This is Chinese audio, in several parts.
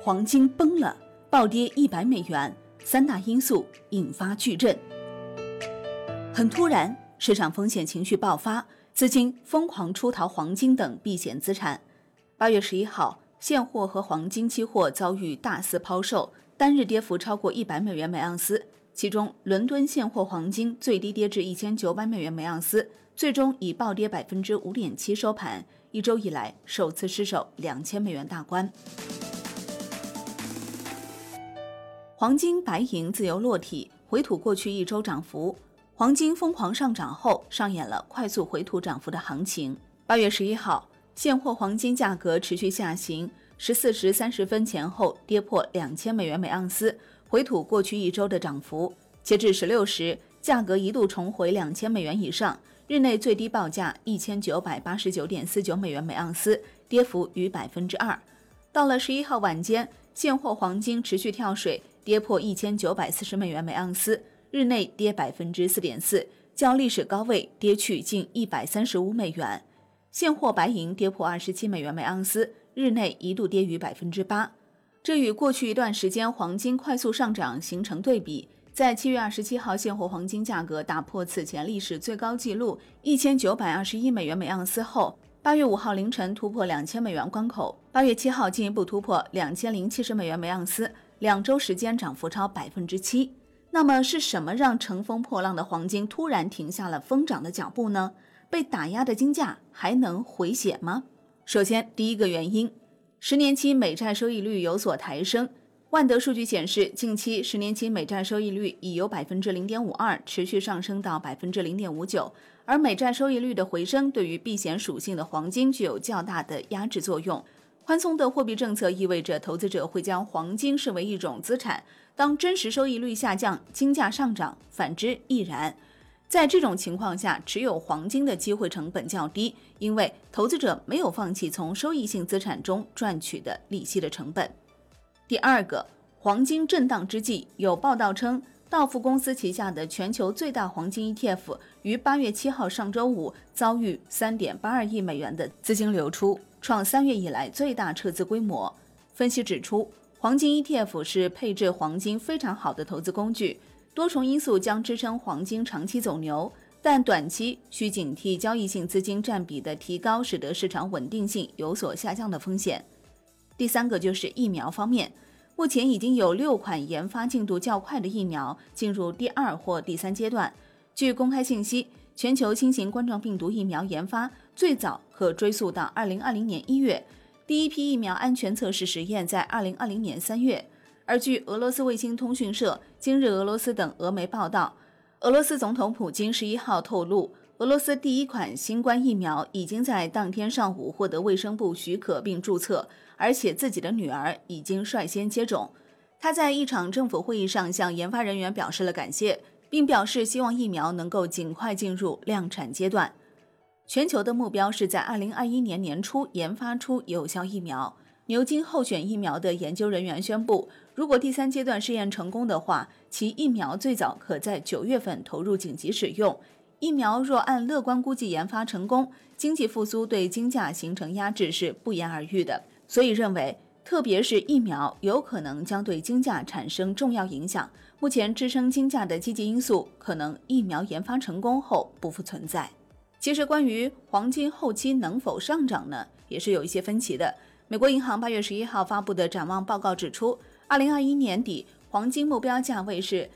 黄金崩了，暴跌100美元，三大因素引发巨震。很突然，市场风险情绪爆发，资金疯狂出逃黄金等避险资产。8月11号，现货和黄金期货遭遇大肆抛售，单日跌幅超过100美元每盎司。其中，伦敦现货黄金最低跌至1900美元每盎司，最终以暴跌5.7%收盘，一周以来首次失守2000美元大关。黄金、白银自由落体，回吐过去一周涨幅。黄金疯狂上涨后，上演了快速回吐涨幅的行情。8月11号，现货黄金价格持续下行，14时30分前后跌破2000美元每盎司，回吐过去一周的涨幅。截至16时，价格一度重回2000美元以上，日内最低报价1989.49美元每盎司，跌幅逾2%。到了11号晚间，现货黄金持续跳水，跌破1940美元每盎司，日内跌4.4%，较历史高位跌去近135美元。现货白银跌破27美元每盎司，日内一度跌逾8%。这与过去一段时间黄金快速上涨形成对比。在7月27号，现货黄金价格打破此前历史最高纪录1921美元每盎司后，8月5号凌晨突破2000美元关口，8月7号进一步突破2070美元每盎司，2周时间涨幅超7%。那么是什么让乘风破浪的黄金突然停下了疯涨的脚步呢？被打压的金价还能回血吗？首先，第一个原因，10年期美债收益率有所抬升。万德数据显示，近期10年期美债收益率已由 0.52% 持续上升到 0.59%， 而美债收益率的回升对于避险属性的黄金具有较大的压制作用。宽松的货币政策意味着投资者会将黄金视为一种资产，当真实收益率下降，金价上涨，反之亦然。在这种情况下，持有黄金的机会成本较低，因为投资者没有放弃从收益性资产中赚取的利息的成本。第二个，黄金震荡之际，有报道称，道富公司旗下的全球最大黄金 ETF 于8月7号上周五遭遇 3.82 亿美元的资金流出，创3月以来最大撤资规模。分析指出，黄金 ETF 是配置黄金非常好的投资工具，多重因素将支撑黄金长期走牛，但短期需警惕交易性资金占比的提高，使得市场稳定性有所下降的风险。第三个就是疫苗方面，目前已经有6款研发进度较快的疫苗进入第2或第3阶段。据公开信息，全球新型冠状病毒疫苗研发最早可追溯到2020年1月，第一批疫苗安全测试实验在2020年3月。而据俄罗斯卫星通讯社、今日俄罗斯等俄媒报道，俄罗斯总统普京11号透露，俄罗斯第一款新冠疫苗已经在当天上午获得卫生部许可并注册，而且自己的女儿已经率先接种。他在一场政府会议上向研发人员表示了感谢，并表示希望疫苗能够尽快进入量产阶段。全球的目标是在2021年年初研发出有效疫苗。牛津候选疫苗的研究人员宣布，如果第3阶段试验成功的话，其疫苗最早可在9月份投入紧急使用。疫苗若按乐观估计研发成功，经济复苏对金价形成压制是不言而喻的。所以认为，特别是疫苗有可能将对金价产生重要影响。目前支撑金价的积极因素，可能疫苗研发成功后不复存在。其实关于黄金后期能否上涨呢，也是有一些分歧的。美国银行8月11号发布的展望报告指出，2021年底黄金目标价位是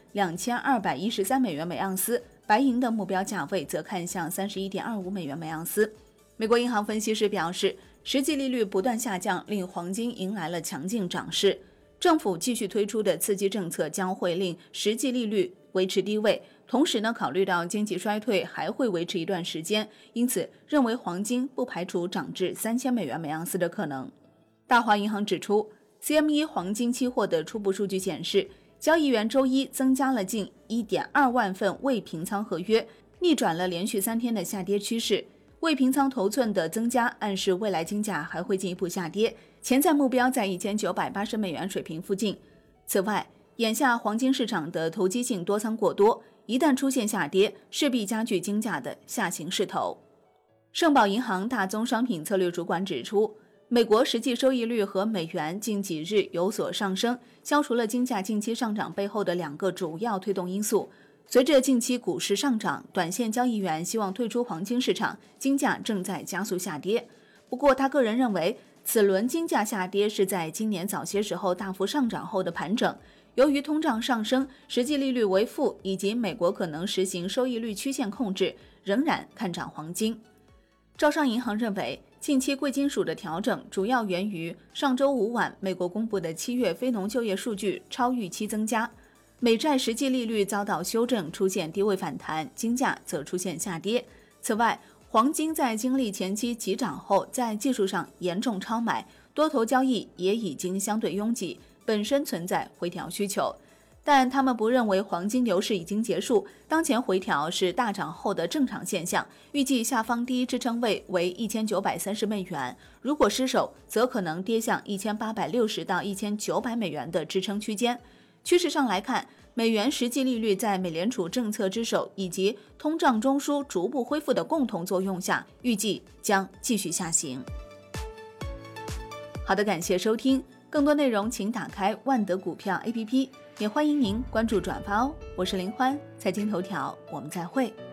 2213美元每盎司，白银的目标价位则看向31.25美元每盎司。美国银行分析师表示，实际利率不断下降，令黄金迎来了强劲涨势。政府继续推出的刺激政策将会令实际利率维持低位，同时考虑到经济衰退还会维持一段时间，因此认为黄金不排除涨至3000美元每盎司的可能。大华银行指出， CME 黄金期货的初步数据显示，交易员周一增加了近 1.2 万份未平仓合约，逆转了连续3天的下跌趋势。未平仓头寸的增加暗示未来金价还会进一步下跌，潜在目标在1980美元水平附近。此外，眼下黄金市场的投机性多仓过多，一旦出现下跌，势必加剧金价的下行势头。盛宝银行大宗商品策略主管指出， 美国实际收益率和美元近几日有所上升，消除了金价近期上涨背后的2个主要推动因素。随着近期股市上涨，短线交易员希望退出黄金市场，金价正在加速下跌。不过他个人认为，此轮金价下跌是在今年早些时候大幅上涨后的盘整。由于通胀上升，实际利率为负，以及美国可能实行收益率曲线控制，仍然看涨黄金。招商银行认为，近期贵金属的调整主要源于上周五晚美国公布的7月非农就业数据超预期增加，美债实际利率遭到修正，出现低位反弹，金价则出现下跌。此外，黄金在经历前期急涨后，在技术上严重超买，多头交易也已经相对拥挤，本身存在回调需求。但他们不认为黄金牛市已经结束，当前回调是大涨后的正常现象，预计下方第一支撑位为1930美元，如果失守，则可能跌向1860到1900美元的支撑区间。趋势上来看，美元实际利率在美联储政策之手以及通胀中枢逐步恢复的共同作用下，预计将继续下行。好的，感谢收听，更多内容请打开万德股票 APP， 也欢迎您关注转发哦。我是林欢，财经头条，我们再会。